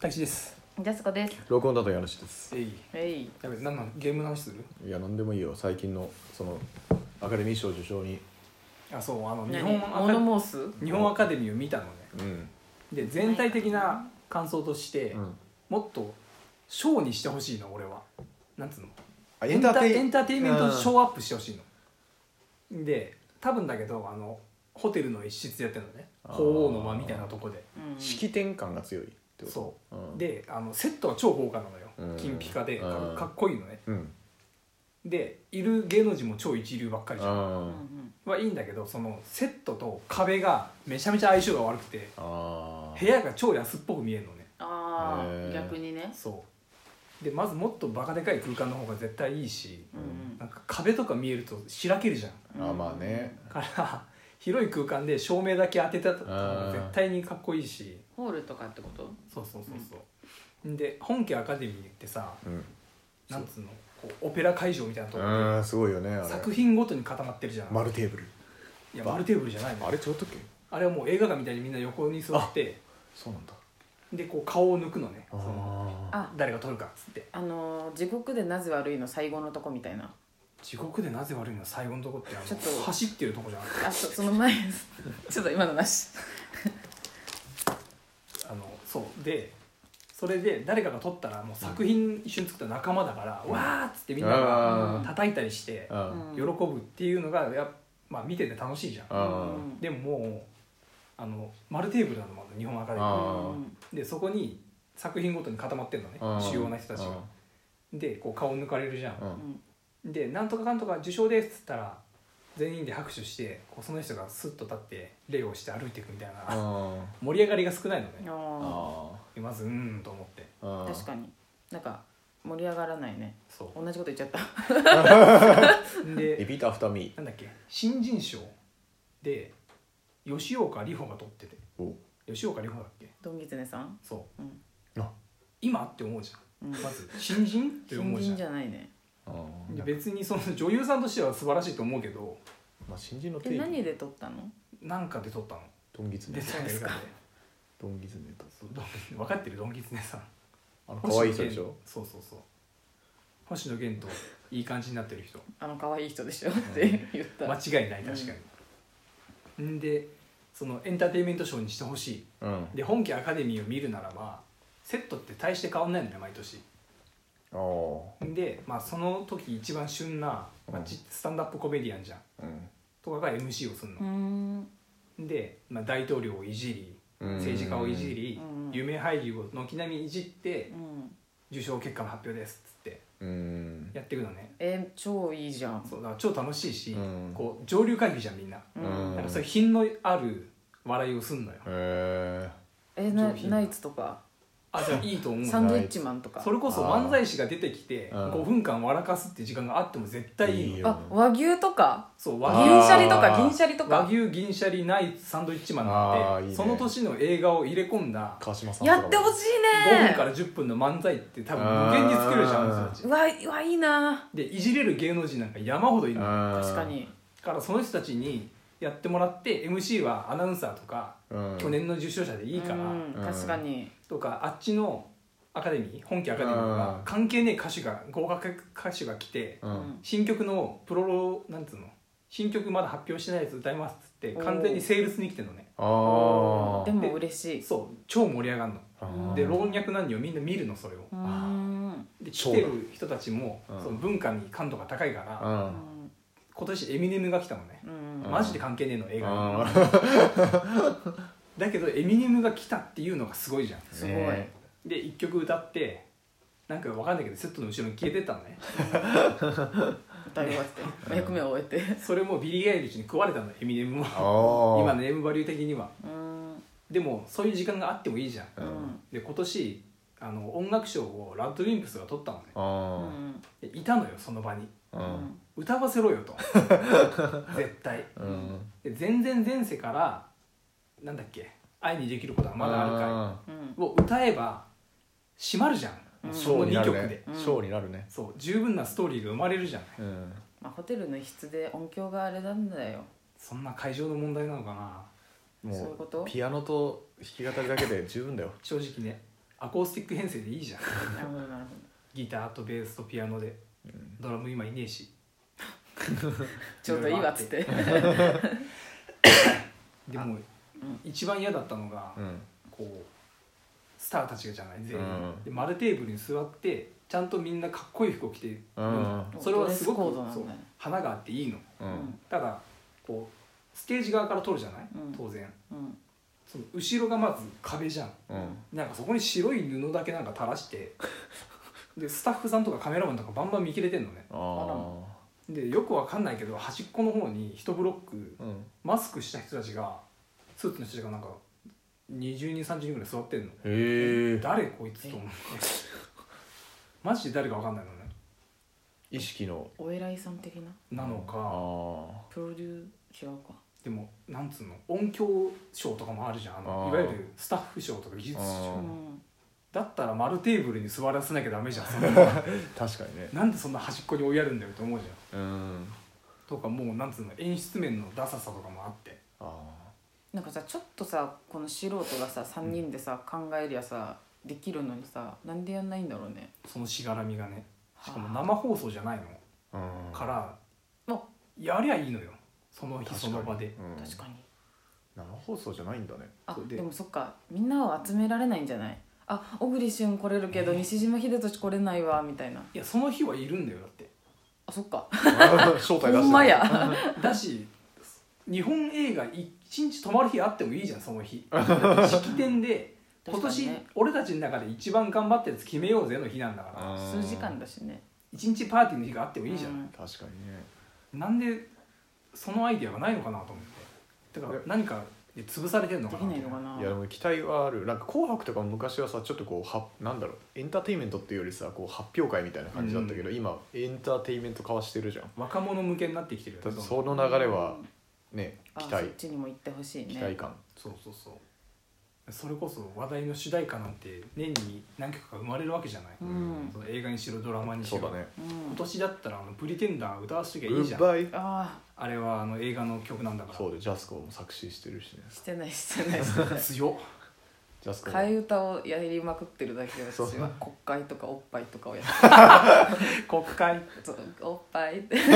大志です。 ジャスコです。 録音だと家主です。 やべ、なんゲームの話する？ いや、なんでもいいよ。最近のそのアカデミー賞受賞に。 あ、そう、 日本アカデミーを見たのね。で、全体的な感想として、もっとショーにしてほしいの、俺は。なんつうの？エンターテインメントショーアップしてほしいの。で、多分だけどホテルの一室でやってるのね。鳳凰の間みたいなとこで。 式典感が強い。 そう、でセットは超豪華なのよ、金ピカでかっこいいのね、でいる芸能人も超一流ばっかりじゃん、はいいんだけど、そのセットと壁がめちゃめちゃ相性が悪くて、部屋が超安っぽく見えるのね。 逆にね。 そうで、まずもっとバカでかい空間の方が絶対いいし、なんか壁とか見えるとしらけるじゃん。 まあね。 から広い空間で照明だけ当てた方が絶対にかっこいいし。 ホールとかってこと？ そうで、本家アカデミーってさ、なんつうの、こうオペラ会場みたいなところですごいよね。 作品ごとに固まってるじゃん。 丸テーブル。 いや、丸テーブルじゃないの。 あれ違ったっけ？ あれはもう映画館みたいにみんな横に座って、 そうなんだ。 でこう顔を抜くのね、その誰が撮るかっつって。 地獄でなぜ悪いの最後のとこみたいな。 地獄でなぜ悪いの最後のとこってちょっと走ってるとこじゃなくて、 その前ちょっと今のなしそうで、それで誰かが撮ったらもう作品一緒に作った仲間だから、わーっつってみんなが叩いたりして喜ぶっていうのがまあ見てて楽しいじゃん。でももう丸テーブルなの、まだ日本アカデミーで、そこに作品ごとに固まってんのね、主要な人たちが。でこう顔抜かれるじゃん。でなんとかかんとか受賞ですっつったら全員で拍手して、こうその人がスッと立って礼をして歩いていくみたいな盛り上がりが少ないのね。まずと思って。 確かになんか盛り上がらないね。そう、同じこと言っちゃったでリピートアフターミー。 なんだっけ、新人賞で吉岡里帆が取ってて。吉岡里帆だっけ？ ドンギツネさん。 そう、今って思うじゃん、まず新人って思うじゃん。 新人じゃないね。 別にその女優さんとしては素晴らしいと思うけど、 まあ新人の定義。 何で撮ったの？ なんかで撮ったの。 ドンギツネ。ドンギツネと。 分かってる？ドンギツネさん。 可愛い人でしょ？ そう。星野源といい感じになってる人。 可愛い人でしょって言った。 間違いない、確かに。で、そのエンターテインメントショーにしてほしい。で、本家アカデミーを見るならば、セットって大して変わんないのね、毎年。で、まあその時一番旬な、スタンダップコメディアンじゃん、とかが MC をするの。で、大統領をいじり、政治家をいじり、有名俳優を軒並みいじって、受賞結果の発表ですっつってやっていくのね。 超いいじゃん。 そうだから超楽しいし、こう上流階級じゃんみんな。だからそういう品のある笑いをすんのよ。 ナイツとか。 じゃあいいと思う。 サンドイッチマンとか。 それこそ漫才師が出てきて5分間笑かすって時間があっても絶対いいよ。 和牛とか。 そう、 銀シャリとか和牛、銀シャリ、ナイツ、サンドイッチマンなんてその年の映画を入れ込んだやってほしいね。 5分から10分の漫才って多分無限に作れるじゃん、あの人たち。 うわいいな。 でいじれる芸能人なんか山ほどいるの。 確かに。 からその人たちにやってもらって、 MC はアナウンサーとか去年の受賞者でいいから、 確かに。 とかあっちのアカデミー、本家アカデミーが関係ねえ豪華歌手が来て、新曲のなんつうの、新曲まだ発表してないやつ歌いますっつって完全にセールスに来てんのね。 でも嬉しい。 そう、超盛り上がるので、老若男女みんな見るの、それを。で来てる人たちもその文化に感度が高いから、今年エミネムが来たのね。マジで関係ねえの、映画に。だけどエミネムが来たっていうのがすごいじゃん。 すごい。 で1曲歌って、なんか分かんないけどセットの後ろに消えてったのね。 歌い終わって役目を終えてそれもビリー・アイリッシュに食われたの、エミネムも。今のネームバリュー的には。でもそういう時間があってもいいじゃん。で今年音楽賞をラッドウィンプスが取ったのね。いたのよ、その場に。歌わせろよと絶対。で全然前世からなんだっけ、愛にできることはまだあるかいを歌えば閉まるじゃん、その2曲で。 ショーになるね。 そう、十分なストーリーが生まれるじゃん。 ホテルの一室で音響があれなんだよ。 そんな会場の問題なのかな。 もうピアノと弾き語りだけで十分だよ。 正直ね、 アコースティック編成でいいじゃん。 なるほどなるほど。 ギターとベースとピアノで、ドラム今いねえしちょうどいいわっつってでも、一番嫌だったのが、こうスターたちがじゃない全員、で丸テーブルに座ってちゃんとみんなかっこいい服を着てる、それはすごくそう花があっていいの、ただこうステージ側から撮るじゃない、当然、その後ろがまず壁じゃん、なんかそこに白い布だけなんか垂らしてでスタッフさんとかカメラマンとかバンバン見切れてんのね。でよくわかんないけど端っこの方に1ブロック、マスクした人たちがスーツの人たちがなんか20人30人ぐらい座ってんの。誰こいつと思ってマジで誰かわかんないのね。 意識のお偉いさん的なのかプロデュー違うか。 でもなんつうの音響賞とかもあるじゃん、いわゆるスタッフ賞とか技術賞、だったら丸テーブルに座らせなきゃダメじゃんそんな確かにね。 なんでそんな端っこに追いやるんだよって思うじゃん。とかもうなんつうの演出面のダサさとかもあって、 なんかさちょっとさこの素人がさ3人でさ、考えりゃさできるのにさなんでやんないんだろうね。 そのしがらみがね。しかも生放送じゃないの、からやりゃいいのよその日その場で。 確かに生放送じゃないんだね。 でもそっかみんなを集められないんじゃない。小栗旬来れるけど西島秀俊来れないわみたいな。 いやその日はいるんだよだって。 そっか招待出してほんまやだし日本映画1日泊まる日あってもいいじゃんその日式典で今年、俺たちの中で一番頑張ったやつ決めようぜの日なんだから。 数時間だしね。 1日パーティーの日があってもいいじゃん、 確かにね。 なんでそのアイデアがないのかなと思って。だから何かで潰されてるのかな。 できないのかな。 いやでも期待はある。なんか紅白とかも昔はさちょっとこうなんだろうエンターテインメントっていうよりさこう発表会みたいな感じだったけど、今エンターテインメント化はしてるじゃん。 若者向けになってきてるよね。 その流れはね、期待。 そっちにも行ってほしいね。 期待感。 そうそれこそ話題の主題歌なんて年に何曲か生まれるわけじゃない、その映画にしろドラマにしろ。 そうだね、 今年だったらプリテンダー歌わせときゃいいじゃん。あれは映画の曲なんだから。 そうでジャスコも作詞してるしね。 してない強っ。 ジャスコ替え歌をやりまくってるだけで私は国会とかおっぱいとかをやって国会おっぱいって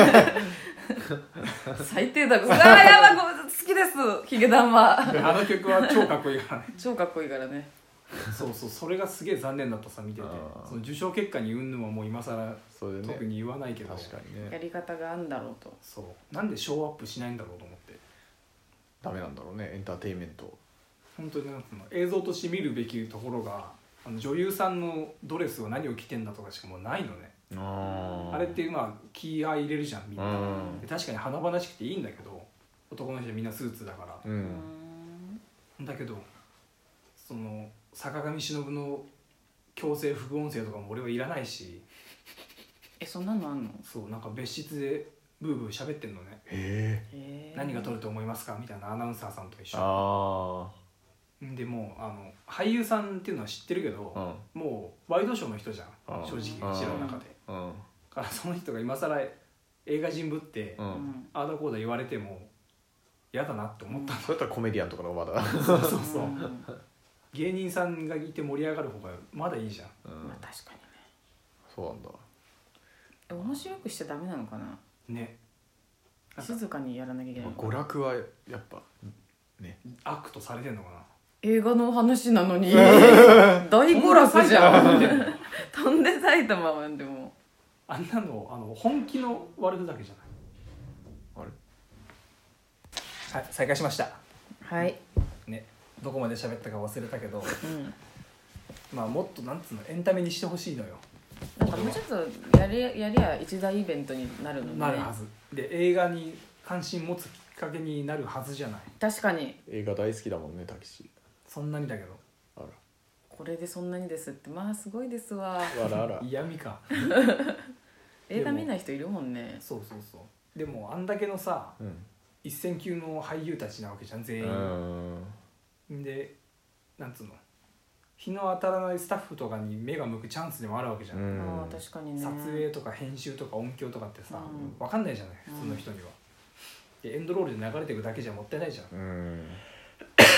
最低だ。やばい好きですヒゲダンは。 あの曲は超かっこいいからね。 超かっこいいからね。 そうそれがすげえ残念だったさ見てて。その受賞結果に云々はもう今更特に言わないけど、 確かにねやり方があるんだろうと。 そうなんでショーアップしないんだろうと思って。 ダメなんだろうねエンターテインメント。 本当になんつうの映像として見るべきところが女優さんのドレスを何を着てんだとかしかもうないのね。あれって気合い入れるじゃんみんな。確かに華々しくていいんだけど男の人はみんなスーツだから、だけどその坂上忍の強制副音声とかも俺はいらないし。 そんなのあんの。 そうなんか別室でブーブー喋ってんのね。何が撮ると思いますかみたいなアナウンサーさんと一緒に。でも俳優さんっていうのは知ってるけど、もうワイドショーの人じゃん正直うちらの中で。からその人が今更映画人ぶって、ああだこうだ言われても嫌だなって思ったの。 そうやったらコメディアンとかのまだそう芸人さんがいて盛り上がる方がまだいいじゃん。 確かにね。 そうなんだ。 面白くしちゃダメなのかなね。静かにやらなきゃいけない。 娯楽はやっぱね悪とされてんのかな。 映画の話なのに大娯楽じゃん。飛んで埼玉はでもあんなの本気の悪ふざけじゃない。はい再開しました。 はいねどこまで喋ったか忘れたけど、まあもっとなんつうのエンタメにしてほしいのよ。 なんかもうちょっとやりゃ一大イベントになるのね。 なるはずで映画に関心持つきっかけになるはずじゃない。 確かに映画大好きだもんねタキシ。 そんなにだけど。 あらこれでそんなにですってまあすごいですわ。 あらあら嫌味か。 映画見ない人いるもんね。 そうでもあんだけのさ、一線級の俳優たちなわけじゃん全員。でなんつうの日の当たらないスタッフとかに目が向くチャンスでもあるわけじゃん。 確かにね。 撮影とか編集とか音響とかってさ、分かんないじゃない普通の人には。でエンドロールで流れていくだけじゃもったいないじゃん。 確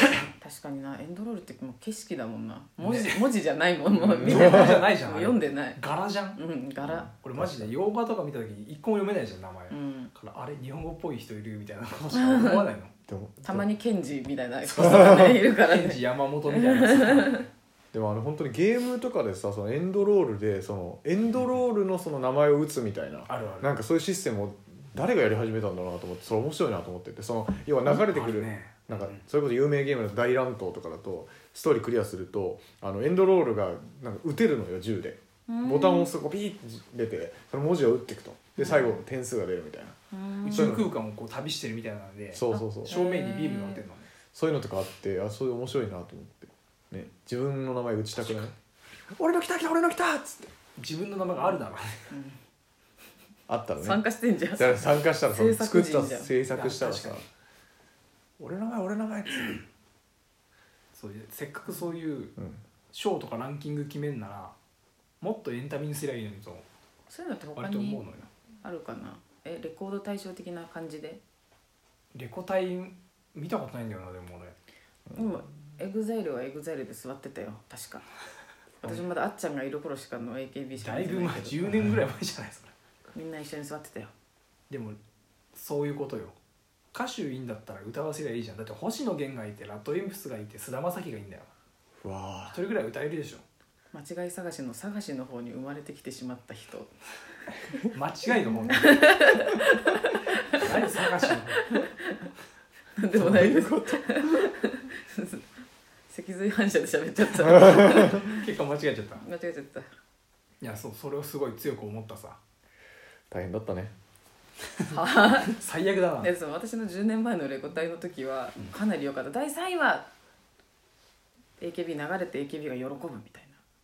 確かにな、エンドロールってもう景色だもんな、文字じゃないもん、もう見て絵じゃないじゃん。 読んでない。 柄じゃん。 柄。 これマジで洋画とか見た時に一個も読めないじゃん名前。からあれ日本語っぽい人いるみたいなことしか思わないの。 たまにケンジみたいな人がねいるからね。 ケンジ山本みたいな。 でも本当にゲームとかでさ、そのエンドロールでそのエンドロールのその名前を打つみたいな、なんかそういうシステムを誰がやり始めたんだろうなと思って、それ面白いなと思ってて、その要は流れてくる、なんかそれこそ有名ゲームの大乱闘とかだとストーリークリアするとエンドロールがなんか打てるのよ、銃でボタンを押すとピーって出てその文字を打っていくと、で最後点数が出るみたいな、 宇宙空間をこう旅してるみたいなので、 そう正面にビームが打てるのね。 そういうのとかあって、そういう面白いなと思ってね、自分の名前打ちたくない？俺の来た俺の来たっつって自分の名前があるだろうね。 あったらね、 参加してんじゃん。 だから参加したら制作作った制作したらさいや確か、 俺の名前っつってそういうせっかくそういう賞とかランキング決めんならもっとエンタメにすりゃいいのにとそういうのって他割と思うにのよ。 あるかな。レコード対象的な感じで。 レコ大見たことないんだよな。でも俺今エグザイルはエグザイルで座ってたよ確か。私まだあっちゃんがいる頃しかの AKB しかだいぶ前、 けど 10年ぐらい前じゃないですか。 みんな一緒に座ってたよ。 でもそういうことよ。歌手いいんだったら歌わせりゃいいじゃん。だって星野源がいてラッドインプスがいて菅田将暉がいいんだよ。 うわ一人ぐらい歌えるでしょ。 間違い探しの探しの方に生まれてきてしまった人。 間違いの方ね。何探しの方。 なんでもないです。脊髄反射で喋っちゃった結果間違えちゃった。 間違えちゃった。 いやそれをすごい強く思ったさ。 大変だったね。 最悪だな。 で私の10年前のレコ大の時はかなり良かった。第3位は AKB 流れて AKB が喜ぶみたい